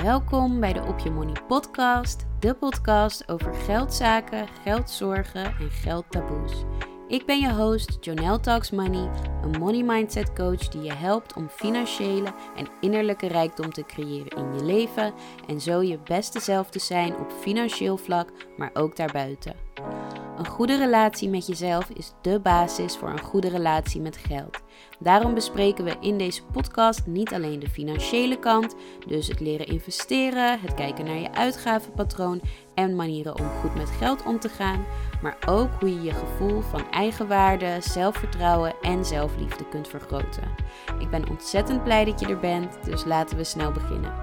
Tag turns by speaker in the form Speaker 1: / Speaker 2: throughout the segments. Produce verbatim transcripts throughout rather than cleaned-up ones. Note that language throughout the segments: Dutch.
Speaker 1: Welkom bij de Op Je Money podcast, de podcast over geldzaken, geldzorgen en geldtaboes. Ik ben je host Jonelle Talks Money, een money mindset coach die je helpt om financiële en innerlijke rijkdom te creëren in je leven en zo je beste zelf te zijn op financieel vlak, maar ook daarbuiten. Een goede relatie met jezelf is de basis voor een goede relatie met geld. Daarom bespreken we in deze podcast niet alleen de financiële kant, dus het leren investeren, het kijken naar je uitgavenpatroon en manieren om goed met geld om te gaan, maar ook hoe je je gevoel van eigenwaarde, zelfvertrouwen en zelfliefde kunt vergroten. Ik ben ontzettend blij dat je er bent, dus laten we snel beginnen.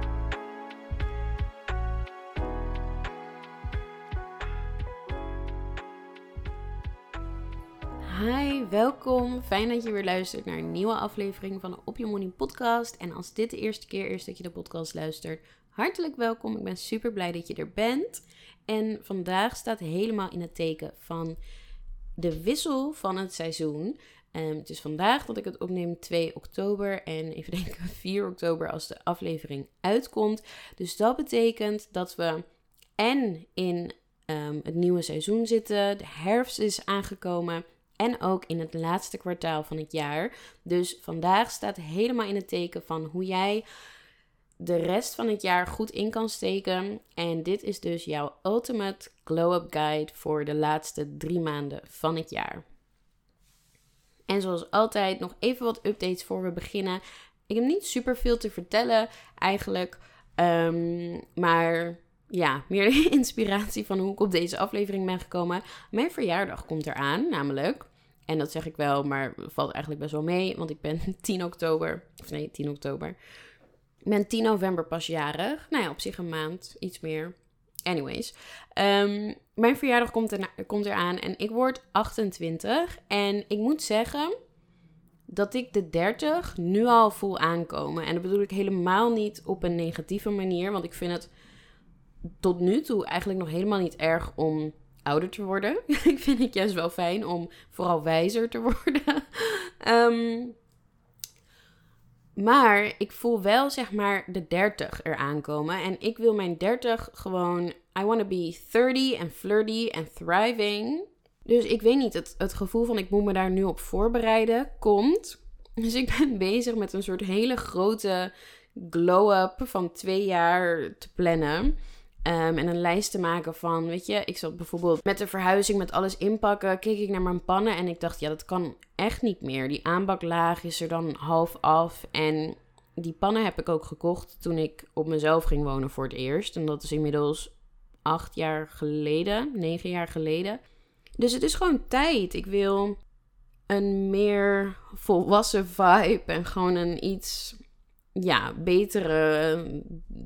Speaker 1: Hi, welkom. Fijn dat je weer luistert naar een nieuwe aflevering van de Op Je Money podcast. En als dit de eerste keer is dat je de podcast luistert, hartelijk welkom. Ik ben super blij dat je er bent. En vandaag staat helemaal in het teken van de wissel van het seizoen. Um, het is vandaag dat ik het opneem, twee oktober en even denken vier oktober als de aflevering uitkomt. Dus dat betekent dat we en in um, het nieuwe seizoen zitten, de herfst is aangekomen en ook in het laatste kwartaal van het jaar. Dus vandaag staat helemaal in het teken van hoe jij de rest van het jaar goed in kan steken. En dit is dus jouw Ultimate Glow-Up Guide voor de laatste drie maanden van het jaar. En zoals altijd nog even wat updates voor we beginnen. Ik heb niet super veel te vertellen eigenlijk. Um, maar ja, meer de inspiratie van hoe ik op deze aflevering ben gekomen. Mijn verjaardag komt eraan namelijk. En dat zeg ik wel, maar valt eigenlijk best wel mee. Want ik ben tien oktober. Of nee, tien oktober. Ik ben tien november pas jarig. Nou ja, op zich een maand. Iets meer. Anyways. Um, mijn verjaardag komt, er, komt eraan. En ik word achtentwintig. En ik moet zeggen dat ik de dertig nu al voel aankomen. En dat bedoel ik helemaal niet op een negatieve manier. Want ik vind het tot nu toe eigenlijk nog helemaal niet erg om ouder te worden. Ik vind het juist wel fijn om vooral wijzer te worden. um, maar ik voel wel zeg maar de dertig eraan komen. En ik wil mijn dertig gewoon, I want to be thirty and flirty and thriving. Dus ik weet niet, het, het gevoel van ik moet me daar nu op voorbereiden komt. Dus ik ben bezig met een soort hele grote glow-up van twee jaar te plannen. Um, en een lijst te maken van, weet je, ik zat bijvoorbeeld met de verhuizing, met alles inpakken, keek ik naar mijn pannen en ik dacht, ja, dat kan echt niet meer. Die aanbaklaag is er dan half af en die pannen heb ik ook gekocht toen ik op mezelf ging wonen voor het eerst. En dat is inmiddels acht jaar geleden, negen jaar geleden. Dus het is gewoon tijd. Ik wil een meer volwassen vibe en gewoon een iets, ja, betere...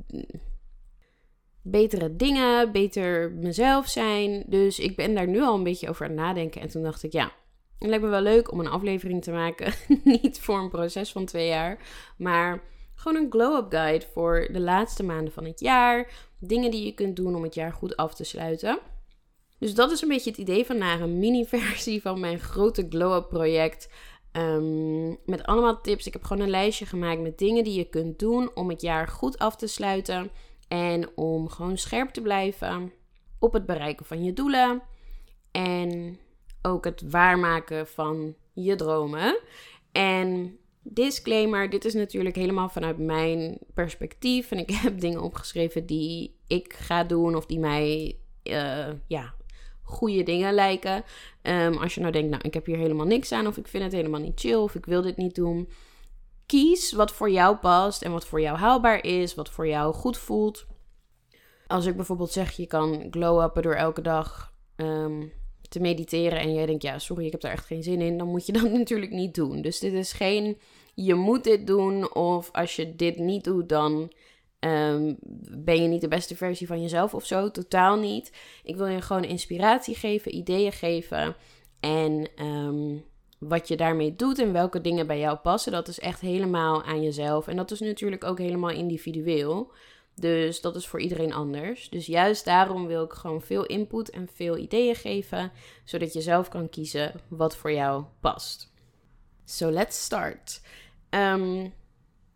Speaker 1: betere dingen, beter mezelf zijn. Dus ik ben daar nu al een beetje over aan het nadenken. En toen dacht ik, ja, het lijkt me wel leuk om een aflevering te maken. Niet voor een proces van twee jaar, maar gewoon een glow-up guide voor de laatste maanden van het jaar. Dingen die je kunt doen om het jaar goed af te sluiten. Dus dat is een beetje het idee van naar een mini-versie van mijn grote glow-up project. Um, met allemaal tips. Ik heb gewoon een lijstje gemaakt met dingen die je kunt doen om het jaar goed af te sluiten. En om gewoon scherp te blijven op het bereiken van je doelen. En ook het waarmaken van je dromen. En disclaimer, dit is natuurlijk helemaal vanuit mijn perspectief. En ik heb dingen opgeschreven die ik ga doen of die mij uh, ja, goede dingen lijken. Um, als je nou denkt, nou ik heb hier helemaal niks aan of ik vind het helemaal niet chill of ik wil dit niet doen. Kies wat voor jou past en wat voor jou haalbaar is, wat voor jou goed voelt. Als ik bijvoorbeeld zeg, je kan glow-uppen door elke dag um, te mediteren en jij denkt, ja, sorry, ik heb daar echt geen zin in, dan moet je dat natuurlijk niet doen. Dus dit is geen, je moet dit doen of als je dit niet doet, dan um, ben je niet de beste versie van jezelf of zo. Totaal niet. Ik wil je gewoon inspiratie geven, ideeën geven en Um, wat je daarmee doet en welke dingen bij jou passen, dat is echt helemaal aan jezelf. En dat is natuurlijk ook helemaal individueel. Dus dat is voor iedereen anders. Dus juist daarom wil ik gewoon veel input en veel ideeën geven, zodat je zelf kan kiezen wat voor jou past. So let's start. Um,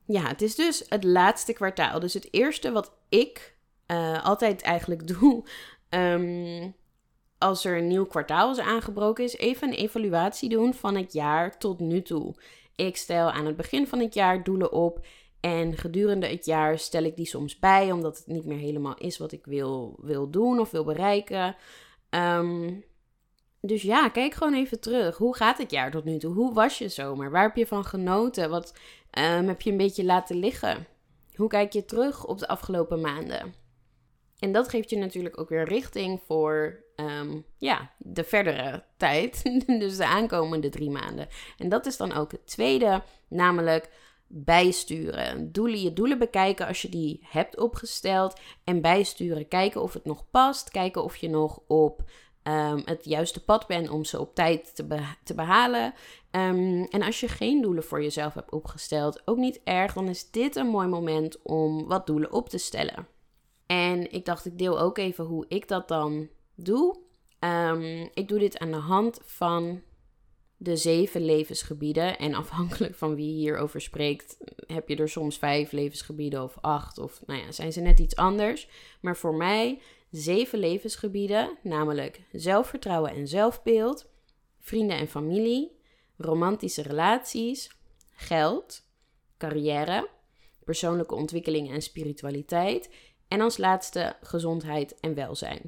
Speaker 1: ja, het is dus het laatste kwartaal. Dus het eerste wat ik uh, altijd eigenlijk doe um, als er een nieuw kwartaal is aangebroken, is even een evaluatie doen van het jaar tot nu toe. Ik stel aan het begin van het jaar doelen op en gedurende het jaar stel ik die soms bij, omdat het niet meer helemaal is wat ik wil, wil doen of wil bereiken. Um, dus ja, kijk gewoon even terug. Hoe gaat het jaar tot nu toe? Hoe was je zomer? Waar heb je van genoten? Wat um, heb je een beetje laten liggen? Hoe kijk je terug op de afgelopen maanden? En dat geeft je natuurlijk ook weer richting voor um, ja, de verdere tijd. Dus de aankomende drie maanden. En dat is dan ook het tweede, namelijk bijsturen. Doelen, je doelen bekijken als je die hebt opgesteld. En bijsturen, kijken of het nog past. Kijken of je nog op um, het juiste pad bent om ze op tijd te, be- te behalen. Um, en als je geen doelen voor jezelf hebt opgesteld, ook niet erg. Dan is dit een mooi moment om wat doelen op te stellen. En ik dacht, ik deel ook even hoe ik dat dan doe. Um, ik doe dit aan de hand van de zeven levensgebieden. En afhankelijk van wie hierover spreekt, heb je er soms vijf levensgebieden of acht. Of nou ja, zijn ze net iets anders. Maar voor mij zeven levensgebieden, namelijk zelfvertrouwen en zelfbeeld, vrienden en familie, romantische relaties, geld, carrière, persoonlijke ontwikkeling en spiritualiteit. En als laatste gezondheid en welzijn.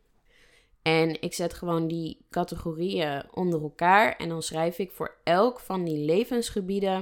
Speaker 1: En ik zet gewoon die categorieën onder elkaar. En dan schrijf ik voor elk van die levensgebieden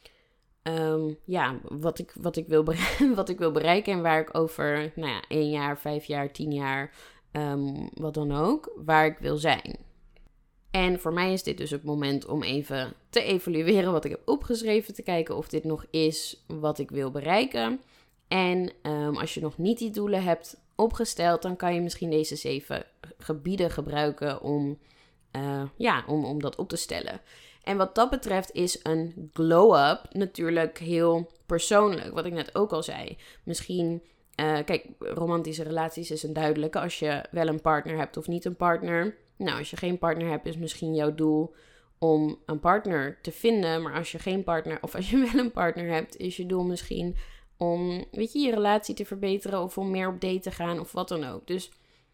Speaker 1: Um, ja, wat ik, wat, ik wil bereiken, wat ik wil bereiken. En waar ik over nou ja, één jaar, vijf jaar, tien jaar, um, wat dan ook, waar ik wil zijn. En voor mij is dit dus het moment om even te evalueren wat ik heb opgeschreven. Te kijken of dit nog is wat ik wil bereiken. En um, als je nog niet die doelen hebt opgesteld, dan kan je misschien deze zeven gebieden gebruiken om, uh, ja, om, om dat op te stellen. En wat dat betreft is een glow-up natuurlijk heel persoonlijk, wat ik net ook al zei. Misschien, uh, kijk, romantische relaties is een duidelijke als je wel een partner hebt of niet een partner. Nou, als je geen partner hebt, is misschien jouw doel om een partner te vinden. Maar als je geen partner, of als je wel een partner hebt, is je doel misschien om, weet je, je relatie te verbeteren of om meer op date te gaan of wat dan ook. Dus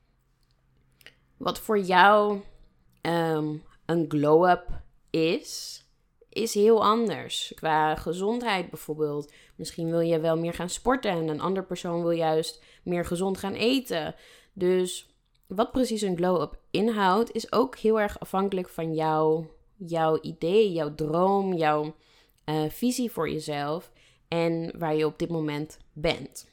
Speaker 1: wat voor jou um, een glow-up is, is heel anders. Qua gezondheid bijvoorbeeld. Misschien wil je wel meer gaan sporten en een andere persoon wil juist meer gezond gaan eten. Dus wat precies een glow-up inhoudt, is ook heel erg afhankelijk van jou, jouw idee, jouw droom, jouw uh, visie voor jezelf en waar je op dit moment bent.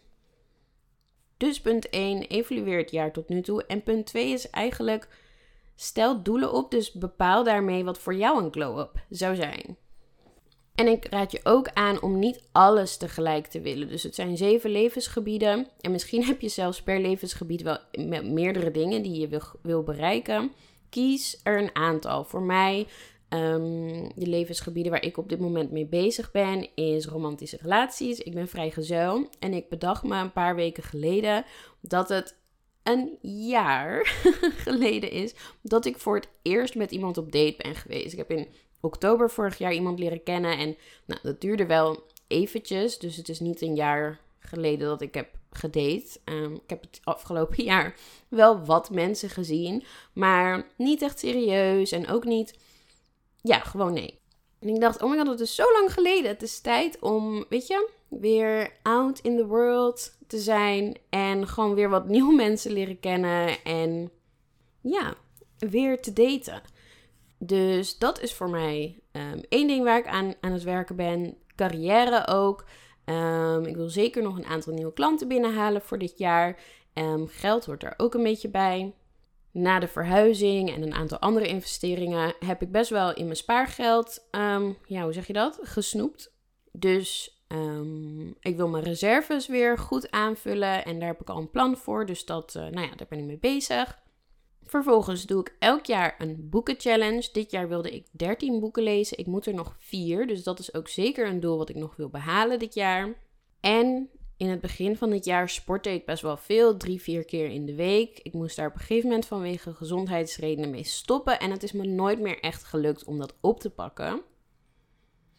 Speaker 1: Dus punt één, evalueer het jaar tot nu toe. En punt twee is eigenlijk, stel doelen op, dus bepaal daarmee wat voor jou een glow-up zou zijn. En ik raad je ook aan om niet alles tegelijk te willen. Dus het zijn zeven levensgebieden. En misschien heb je zelfs per levensgebied wel meerdere dingen die je wil, wil bereiken. Kies er een aantal. Voor mij, um, de levensgebieden waar ik op dit moment mee bezig ben, is romantische relaties. Ik ben vrijgezel. En ik bedacht me een paar weken geleden dat het een jaar geleden is dat ik voor het eerst met iemand op date ben geweest. Ik heb in oktober vorig jaar iemand leren kennen en nou, dat duurde wel eventjes. Dus het is niet een jaar geleden dat ik heb gedate. Um, ik heb het afgelopen jaar wel wat mensen gezien, maar niet echt serieus en ook niet, ja, gewoon nee. En ik dacht, oh my god, dat is zo lang geleden. Het is tijd om, weet je, weer out in the world te zijn en gewoon weer wat nieuwe mensen leren kennen en ja, weer te daten. Dus dat is voor mij um, één ding waar ik aan, aan het werken ben. Carrière ook. Um, ik wil zeker nog een aantal nieuwe klanten binnenhalen voor dit jaar. Um, geld hoort daar ook een beetje bij. Na de verhuizing en een aantal andere investeringen heb ik best wel in mijn spaargeld, um, ja, hoe zeg je dat, gesnoept. Dus um, ik wil mijn reserves weer goed aanvullen en daar heb ik al een plan voor. Dus dat, uh, nou ja, daar ben ik mee bezig. Vervolgens doe ik elk jaar een boekenchallenge. Dit jaar wilde ik dertien boeken lezen. Ik moet er nog vier. Dus dat is ook zeker een doel wat ik nog wil behalen dit jaar. En in het begin van het jaar sportte ik best wel veel. Drie, vier keer in de week. Ik moest daar op een gegeven moment vanwege gezondheidsredenen mee stoppen. En het is me nooit meer echt gelukt om dat op te pakken.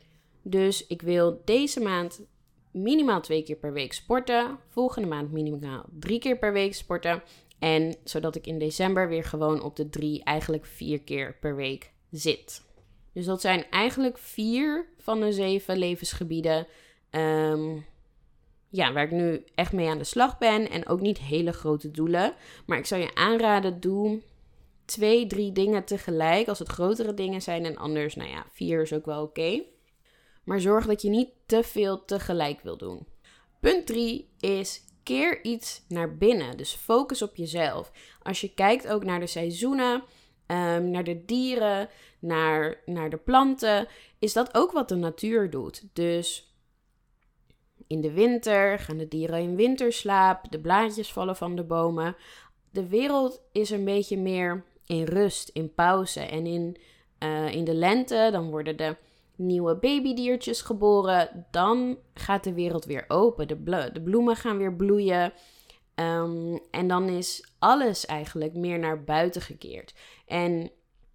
Speaker 1: Dus ik wil deze maand minimaal twee keer per week sporten. Volgende maand minimaal drie keer per week sporten. En zodat ik in december weer gewoon op de drie, eigenlijk vier keer per week zit. Dus dat zijn eigenlijk vier van de zeven levensgebieden um, ja, waar ik nu echt mee aan de slag ben. En ook niet hele grote doelen. Maar ik zou je aanraden, doe twee, drie dingen tegelijk. Als het grotere dingen zijn en anders, nou ja, vier is ook wel oké. Okay. Maar zorg dat je niet te veel tegelijk wil doen. Punt drie is keer iets naar binnen. Dus focus op jezelf. Als je kijkt ook naar de seizoenen, um, naar de dieren, naar, naar de planten, is dat ook wat de natuur doet. Dus in de winter gaan de dieren in winterslaap, de blaadjes vallen van de bomen. De wereld is een beetje meer in rust, in pauze. En in, uh, in de lente, dan worden de nieuwe babydiertjes geboren. Dan gaat de wereld weer open. De, blo- de bloemen gaan weer bloeien. Um, en dan is alles eigenlijk meer naar buiten gekeerd. En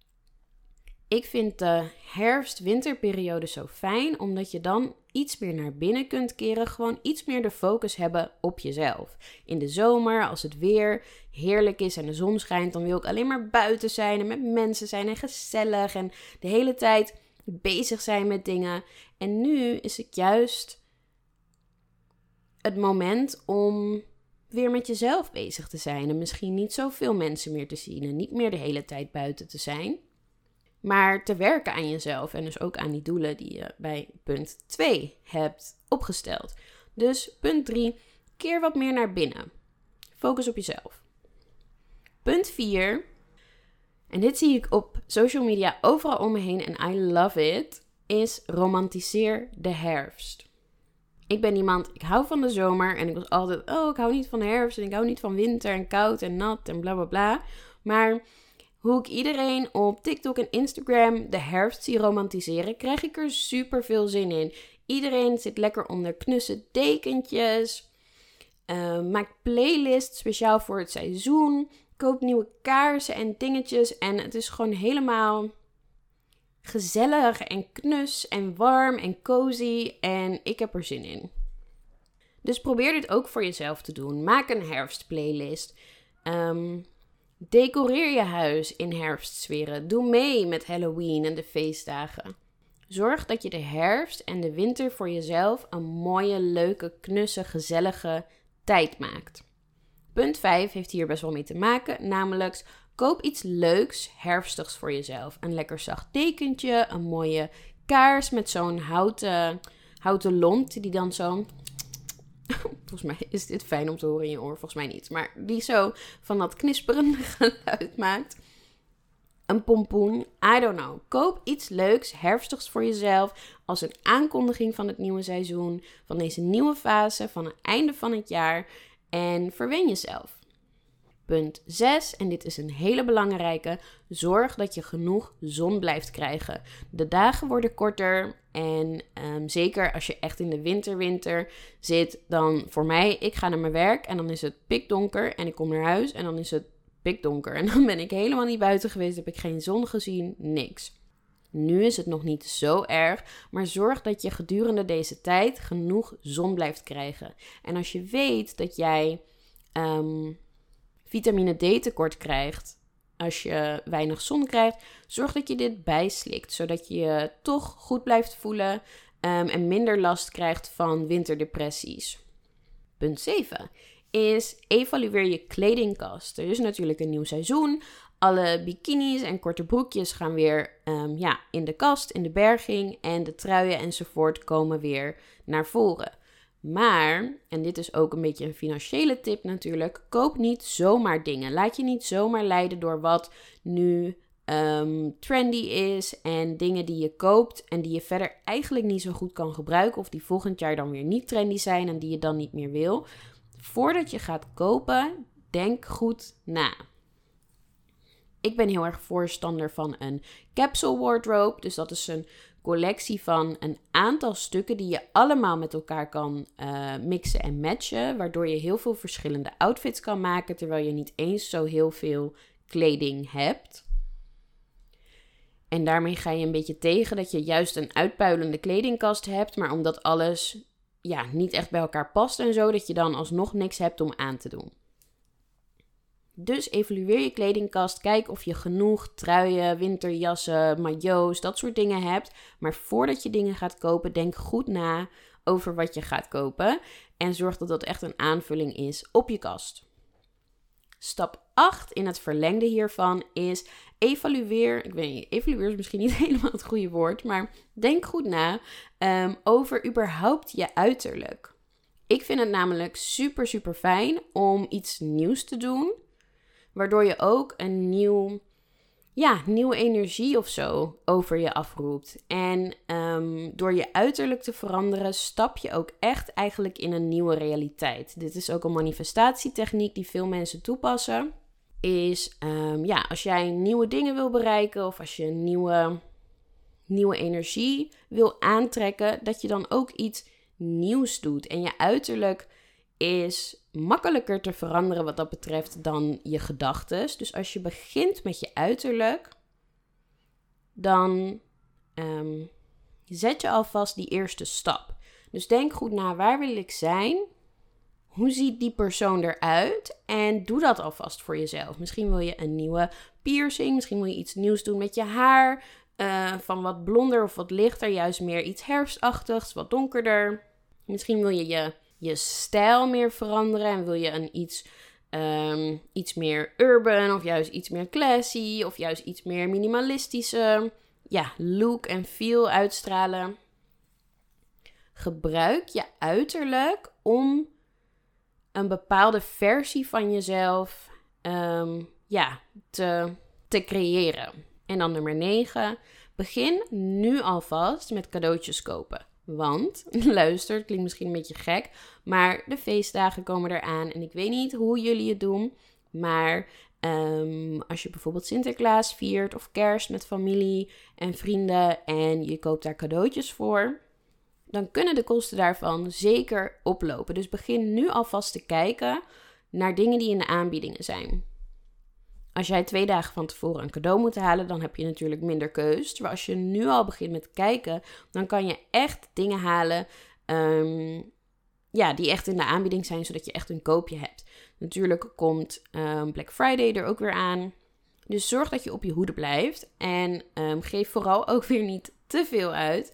Speaker 1: ik vind de herfst-winterperiode zo fijn, omdat je dan iets meer naar binnen kunt keren. Gewoon iets meer de focus hebben op jezelf. In de zomer, als het weer heerlijk is en de zon schijnt, dan wil ik alleen maar buiten zijn en met mensen zijn en gezellig en de hele tijd bezig zijn met dingen. En nu is het juist het moment om weer met jezelf bezig te zijn. En misschien niet zoveel mensen meer te zien en niet meer de hele tijd buiten te zijn. Maar te werken aan jezelf en dus ook aan die doelen die je bij punt twee hebt opgesteld. Dus punt drie, keer wat meer naar binnen. Focus op jezelf. Punt vier, en dit zie ik op social media overal om me heen en I love it, is romantiseer de herfst. Ik ben iemand, ik hou van de zomer en ik was altijd, oh ik hou niet van de herfst en ik hou niet van winter en koud en nat en bla bla bla. Maar hoe ik iedereen op TikTok en Instagram de herfst zie romantiseren, krijg ik er super veel zin in. Iedereen zit lekker onder knusse dekentjes, uh, maakt playlists speciaal voor het seizoen, koopt nieuwe kaarsen en dingetjes en het is gewoon helemaal gezellig en knus en warm en cozy en ik heb er zin in. Dus probeer dit ook voor jezelf te doen. Maak een herfstplaylist. Um, decoreer je huis in herfstsferen. Doe mee met Halloween en de feestdagen. Zorg dat je de herfst en de winter voor jezelf een mooie, leuke, knusse, gezellige tijd maakt. Punt vijf heeft hier best wel mee te maken, namelijk koop iets leuks, herfstigs voor jezelf. Een lekker zacht dekentje, een mooie kaars met zo'n houten, houten lont die dan zo... Volgens mij is dit fijn om te horen in je oor, volgens mij niet. Maar die zo van dat knisperende geluid maakt. Een pompoen, I don't know. Koop iets leuks, herfstigs voor jezelf als een aankondiging van het nieuwe seizoen, van deze nieuwe fase, van het einde van het jaar en verwen jezelf. Punt zes, en dit is een hele belangrijke, zorg dat je genoeg zon blijft krijgen. De dagen worden korter en um, zeker als je echt in de winter-winter zit, dan voor mij, ik ga naar mijn werk en dan is het pikdonker en ik kom naar huis en dan is het pikdonker. En dan ben ik helemaal niet buiten geweest, heb ik geen zon gezien, niks. Nu is het nog niet zo erg, maar zorg dat je gedurende deze tijd genoeg zon blijft krijgen. En als je weet dat jij um, vitamine D tekort krijgt, als je weinig zon krijgt, zorg dat je dit bijslikt, zodat je je toch goed blijft voelen um, en minder last krijgt van winterdepressies. Punt zeven is evalueer je kledingkast. Er is natuurlijk een nieuw seizoen. Alle bikinis en korte broekjes gaan weer um, ja, in de kast, in de berging. En de truien enzovoort komen weer naar voren. Maar, en dit is ook een beetje een financiële tip natuurlijk, koop niet zomaar dingen. Laat je niet zomaar leiden door wat nu um, trendy is en dingen die je koopt en die je verder eigenlijk niet zo goed kan gebruiken of die volgend jaar dan weer niet trendy zijn en die je dan niet meer wil. Voordat je gaat kopen, denk goed na. Ik ben heel erg voorstander van een capsule wardrobe. Dus dat is een collectie van een aantal stukken die je allemaal met elkaar kan uh, mixen en matchen. Waardoor je heel veel verschillende outfits kan maken, terwijl je niet eens zo heel veel kleding hebt. En daarmee ga je een beetje tegen dat je juist een uitpuilende kledingkast hebt, maar omdat alles ja, niet echt bij elkaar past en zo, dat je dan alsnog niks hebt om aan te doen. Dus evalueer je kledingkast, kijk of je genoeg truien, winterjassen, maillots, dat soort dingen hebt. Maar voordat je dingen gaat kopen, denk goed na over wat je gaat kopen en zorg dat dat echt een aanvulling is op je kast. Stap acht in het verlengde hiervan is evalueer, ik weet niet, evalueer is misschien niet helemaal het goede woord, maar denk goed na um, over überhaupt je uiterlijk. Ik vind het namelijk super, super fijn om iets nieuws te doen, waardoor je ook een nieuw, ja, nieuwe energie of zo over je afroept. En um, door je uiterlijk te veranderen, stap je ook echt eigenlijk in een nieuwe realiteit. Dit is ook een manifestatietechniek die veel mensen toepassen. Is, um, ja, als jij nieuwe dingen wil bereiken of als je een nieuwe, nieuwe energie wil aantrekken, dat je dan ook iets nieuws doet. En je uiterlijk is makkelijker te veranderen wat dat betreft dan je gedachtes. Dus als je begint met je uiterlijk, dan um, zet je alvast die eerste stap. Dus denk goed na, waar wil ik zijn? Hoe ziet die persoon eruit? En doe dat alvast voor jezelf. Misschien wil je een nieuwe piercing, misschien wil je iets nieuws doen met je haar. Uh, van wat blonder of wat lichter, juist meer iets herfstachtigs, wat donkerder. Misschien wil je je... je stijl meer veranderen en wil je een iets, um, iets meer urban of juist iets meer classy of juist iets meer minimalistische ja, look en feel uitstralen. Gebruik je uiterlijk om een bepaalde versie van jezelf um, ja, te, te creëren. En dan nummer negen. Begin nu alvast met cadeautjes kopen. Want, luister, het klinkt misschien een beetje gek, maar de feestdagen komen eraan en ik weet niet hoe jullie het doen, maar um, als je bijvoorbeeld Sinterklaas viert of kerst met familie en vrienden en je koopt daar cadeautjes voor, dan kunnen de kosten daarvan zeker oplopen. Dus begin nu alvast te kijken naar dingen die in de aanbiedingen zijn. Als jij twee dagen van tevoren een cadeau moet halen, dan heb je natuurlijk minder keus. Maar als je nu al begint met kijken, dan kan je echt dingen halen um, ja, die echt in de aanbieding zijn, zodat je echt een koopje hebt. Natuurlijk komt um, Black Friday er ook weer aan. Dus zorg dat je op je hoede blijft. En um, geef vooral ook weer niet te veel uit.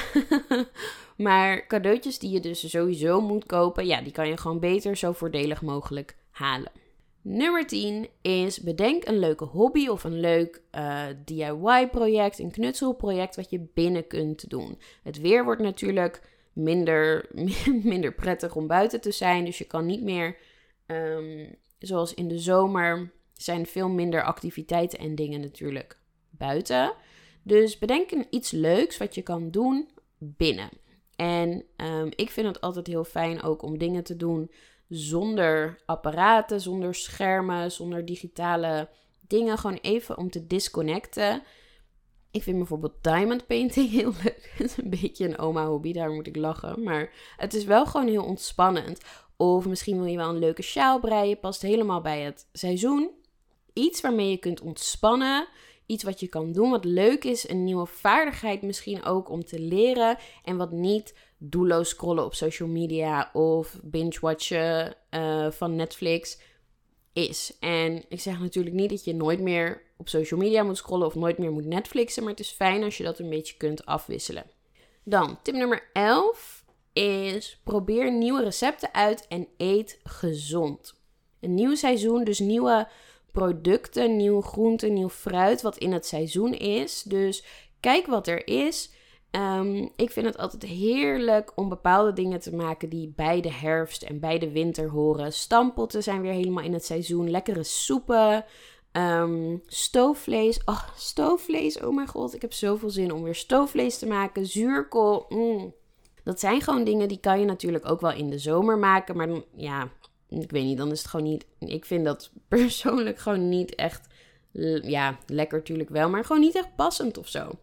Speaker 1: Maar cadeautjes die je dus sowieso moet kopen, ja, die kan je gewoon beter zo voordelig mogelijk halen. Nummer tien is bedenk een leuke hobby of een leuk uh, D I Y-project, een knutselproject wat je binnen kunt doen. Het weer wordt natuurlijk minder, minder prettig om buiten te zijn, dus je kan niet meer, um, zoals in de zomer, zijn veel minder activiteiten en dingen natuurlijk buiten. Dus bedenk een iets leuks wat je kan doen binnen. En um, ik vind het altijd heel fijn ook om dingen te doen zonder apparaten, zonder schermen, zonder digitale dingen. Gewoon even om te disconnecten. Ik vind bijvoorbeeld diamond painting heel leuk. Het is een beetje een oma hobby, daar moet ik lachen. Maar het is wel gewoon heel ontspannend. Of misschien wil je wel een leuke sjaal breien. Past helemaal bij het seizoen. Iets waarmee je kunt ontspannen. Iets wat je kan doen, wat leuk is. Een nieuwe vaardigheid misschien ook om te leren. En wat niet doelloos scrollen op social media of binge-watchen uh, van Netflix is. En ik zeg natuurlijk niet dat je nooit meer op social media moet scrollen of nooit meer moet Netflixen. Maar het is fijn als je dat een beetje kunt afwisselen. Dan, tip nummer elf is probeer nieuwe recepten uit en eet gezond. Een nieuw seizoen, dus nieuwe producten, nieuwe groenten, nieuw fruit wat in het seizoen is. Dus kijk wat er is. Um, ik vind het altijd heerlijk om bepaalde dingen te maken die bij de herfst en bij de winter horen. Stampotten zijn weer helemaal in het seizoen. Lekkere soepen. Um, stoofvlees. Oh, stoofvlees. Oh mijn god, ik heb zoveel zin om weer stoofvlees te maken. Zuurkool. Mm. Dat zijn gewoon dingen die kan je natuurlijk ook wel in de zomer maken. Maar dan, ja, ik weet niet, dan is het gewoon niet... Ik vind dat persoonlijk gewoon niet echt... Ja, lekker natuurlijk wel, maar gewoon niet echt passend of zo.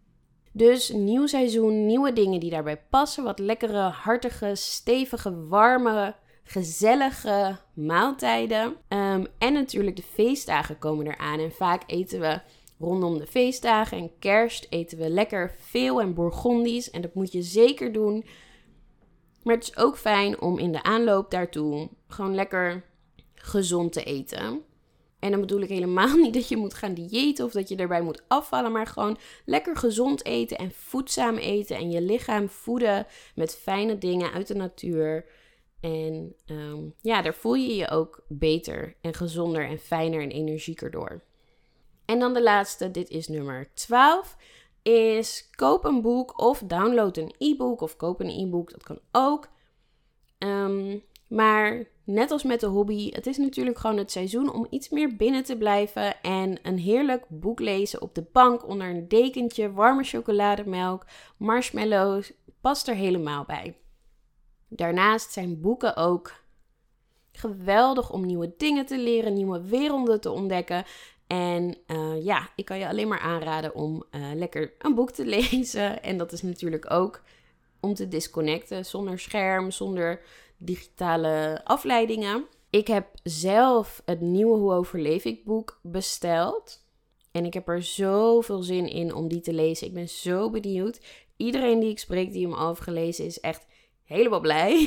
Speaker 1: Dus nieuw seizoen, nieuwe dingen die daarbij passen. Wat lekkere, hartige, stevige, warme, gezellige maaltijden. Um, en natuurlijk de feestdagen komen eraan. En vaak eten we Rondom de feestdagen en kerst eten we lekker veel en Bourgondisch. En dat moet je zeker doen. Maar het is ook fijn om in de aanloop daartoe gewoon lekker gezond te eten. En dan bedoel ik helemaal niet dat je moet gaan diëten of dat je erbij moet afvallen. Maar gewoon lekker gezond eten en voedzaam eten. En je lichaam voeden met fijne dingen uit de natuur. En um, ja, daar voel je je ook beter en gezonder en fijner en energieker door. En dan de laatste, dit is nummer twaalf, is koop een boek of download een e-book of koop een e-book. Dat kan ook. Um, maar net als met de hobby, het is natuurlijk gewoon het seizoen om iets meer binnen te blijven. En een heerlijk boek lezen op de bank onder een dekentje, warme chocolademelk, marshmallows, past er helemaal bij. Daarnaast zijn boeken ook geweldig om nieuwe dingen te leren, nieuwe werelden te ontdekken. En uh, ja, ik kan je alleen maar aanraden om uh, lekker een boek te lezen. En dat is natuurlijk ook om te disconnecten, zonder scherm, zonder digitale afleidingen. Ik heb zelf het nieuwe Hoe overleef ik boek besteld. En ik heb er zoveel zin in om die te lezen. Ik ben zo benieuwd. Iedereen die ik spreek die hem al heeft gelezen is echt helemaal blij.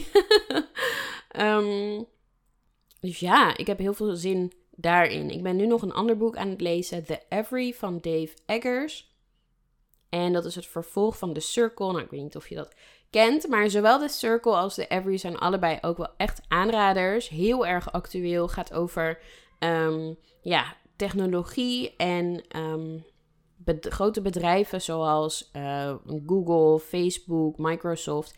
Speaker 1: um, dus ja, ik heb heel veel zin daarin. Ik ben nu nog een ander boek aan het lezen. The Every van Dave Eggers. En dat is het vervolg van The Circle. Nou, ik weet niet of je dat kent. Maar zowel The Circle als The Every zijn allebei ook wel echt aanraders. Heel erg actueel. Gaat over um, ja, technologie en um, bed- grote bedrijven zoals uh, Google, Facebook, Microsoft.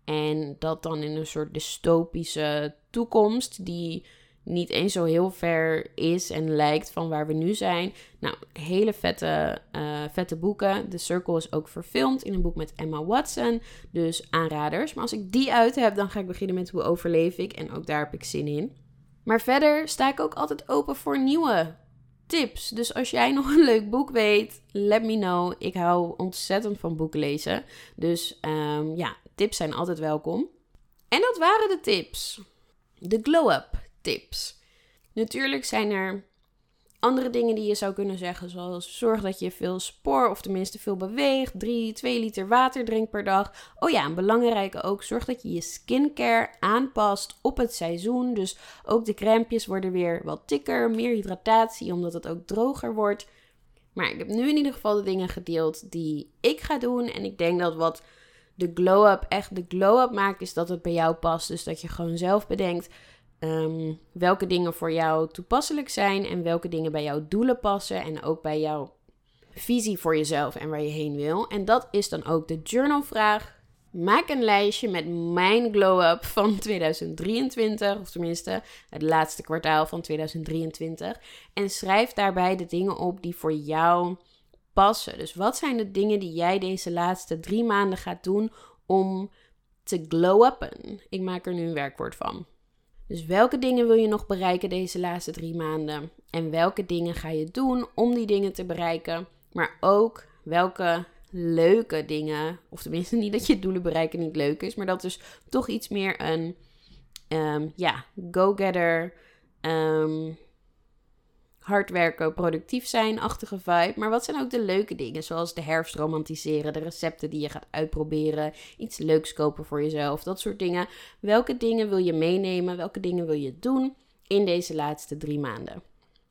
Speaker 1: En dat dan in een soort dystopische toekomst die niet eens zo heel ver is en lijkt van waar we nu zijn. Nou, hele vette, uh, vette boeken. The Circle is ook verfilmd in een boek met Emma Watson. Dus aanraders. Maar als ik die uit heb, dan ga ik beginnen met Hoe overleef ik. En ook daar heb ik zin in. Maar verder sta ik ook altijd open voor nieuwe tips. Dus als jij nog een leuk boek weet, let me know. Ik hou ontzettend van boeken lezen. Dus um, ja, tips zijn altijd welkom. En dat waren de tips. De glow-up tips. Natuurlijk zijn er andere dingen die je zou kunnen zeggen, zoals zorg dat je veel spoort of tenminste veel beweegt, drie, twee liter water drinkt per dag. Oh ja, een belangrijke ook, zorg dat je je skincare aanpast op het seizoen. Dus ook de crèmpjes worden weer wat dikker, meer hydratatie, omdat het ook droger wordt. Maar ik heb nu in ieder geval de dingen gedeeld die ik ga doen. En ik denk dat wat de glow-up echt de glow-up maakt, is dat het bij jou past. Dus dat je gewoon zelf bedenkt Um, welke dingen voor jou toepasselijk zijn en welke dingen bij jouw doelen passen en ook bij jouw visie voor jezelf en waar je heen wil. En dat is dan ook de journalvraag. Maak een lijstje met mijn glow-up van tweeduizend drieëntwintig, of tenminste het laatste kwartaal van tweeduizend drieëntwintig. En schrijf daarbij de dingen op die voor jou passen. Dus wat zijn de dingen die jij deze laatste drie maanden gaat doen om te glow-uppen? Ik maak er nu een werkwoord van. Dus welke dingen wil je nog bereiken deze laatste drie maanden? En welke dingen ga je doen om die dingen te bereiken? Maar ook welke leuke dingen, of tenminste niet dat je doelen bereiken niet leuk is, maar dat is toch iets meer een um, ja, go-getter, um, hard werken, productief zijn-achtige vibe. Maar wat zijn ook de leuke dingen, zoals de herfst romantiseren, de recepten die je gaat uitproberen, iets leuks kopen voor jezelf, dat soort dingen. Welke dingen wil je meenemen, welke dingen wil je doen in deze laatste drie maanden?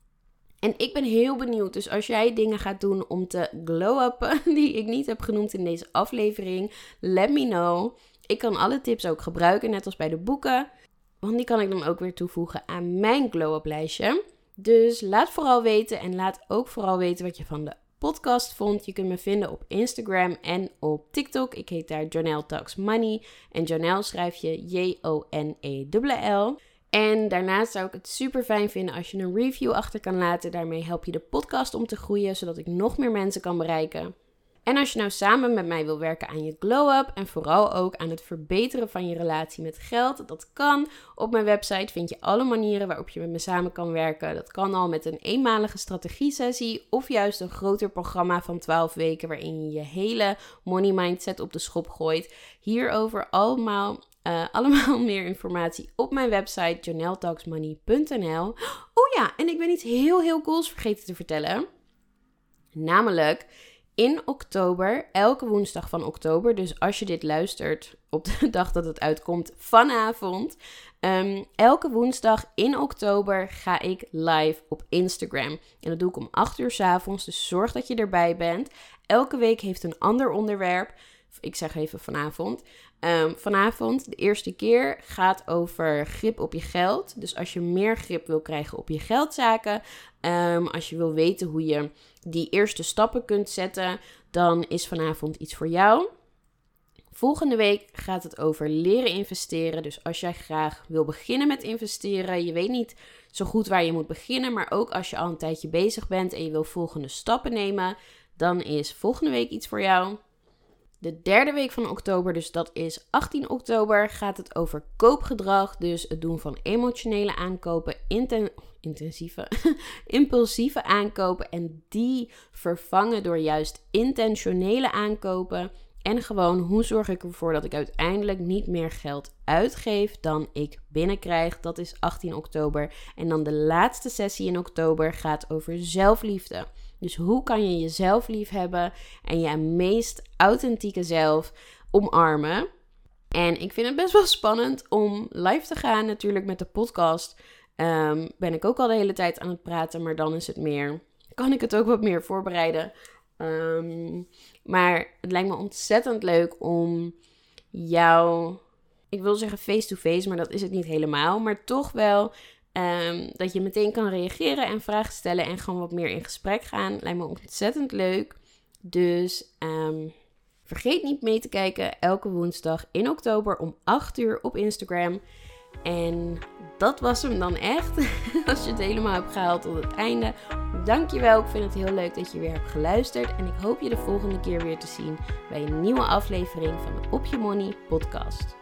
Speaker 1: En ik ben heel benieuwd, dus als jij dingen gaat doen om te glow-uppen, die ik niet heb genoemd in deze aflevering, let me know. Ik kan alle tips ook gebruiken, net als bij de boeken, want die kan ik dan ook weer toevoegen aan mijn glow-up lijstje. Dus laat vooral weten en laat ook vooral weten wat je van de podcast vond. Je kunt me vinden op Instagram en op TikTok. Ik heet daar Jonelle Talks Money. En Jonelle schrijf je J O N E L L. En daarnaast zou ik het super fijn vinden als je een review achter kan laten. Daarmee help je de podcast om te groeien, zodat ik nog meer mensen kan bereiken. En als je nou samen met mij wil werken aan je glow-up en vooral ook aan het verbeteren van je relatie met geld, dat kan. Op mijn website vind je alle manieren waarop je met me samen kan werken. Dat kan al met een eenmalige strategie-sessie of juist een groter programma van twaalf weken waarin je je hele money mindset op de schop gooit. Hierover allemaal, uh, allemaal meer informatie op mijn website jonelle talks money punt n l. Oh ja, en ik ben iets heel heel cools vergeten te vertellen. Namelijk in oktober, elke woensdag van oktober. Dus als je dit luistert op de dag dat het uitkomt, vanavond. Um, elke woensdag in oktober ga ik live op Instagram. En dat doe ik om acht uur 's avonds, dus zorg dat je erbij bent. Elke week heeft een ander onderwerp. Ik zeg even vanavond. Um, vanavond, de eerste keer, gaat over grip op je geld. Dus als je meer grip wil krijgen op je geldzaken, um, als je wil weten hoe je die eerste stappen kunt zetten, dan is vanavond iets voor jou. Volgende week gaat het over leren investeren. Dus als jij graag wil beginnen met investeren, je weet niet zo goed waar je moet beginnen, maar ook als je al een tijdje bezig bent en je wil volgende stappen nemen, dan is volgende week iets voor jou. De derde week van oktober, dus dat is achttien oktober, gaat het over koopgedrag. Dus het doen van emotionele aankopen, inten- intensieve, impulsieve aankopen en die vervangen door juist intentionele aankopen. En gewoon, hoe zorg ik ervoor dat ik uiteindelijk niet meer geld uitgeef dan ik binnenkrijg. Dat is achttien oktober. En dan de laatste sessie in oktober gaat over zelfliefde. Dus hoe kan je jezelf lief hebben en je meest authentieke zelf omarmen? En ik vind het best wel spannend om live te gaan. Natuurlijk met de podcast um, ben ik ook al de hele tijd aan het praten, maar dan is het meer, kan ik het ook wat meer voorbereiden. Um, maar het lijkt me ontzettend leuk om jou, ik wil zeggen face-to-face, maar dat is het niet helemaal, maar toch wel um, dat je meteen kan reageren en vragen stellen en gewoon wat meer in gesprek gaan. Lijkt me ontzettend leuk. Dus um, vergeet niet mee te kijken elke woensdag in oktober om acht uur op Instagram. En dat was hem dan echt. Als je het helemaal hebt gehaald tot het einde. Dankjewel. Ik vind het heel leuk dat je weer hebt geluisterd. En ik hoop je de volgende keer weer te zien bij een nieuwe aflevering van de Op Je Money podcast.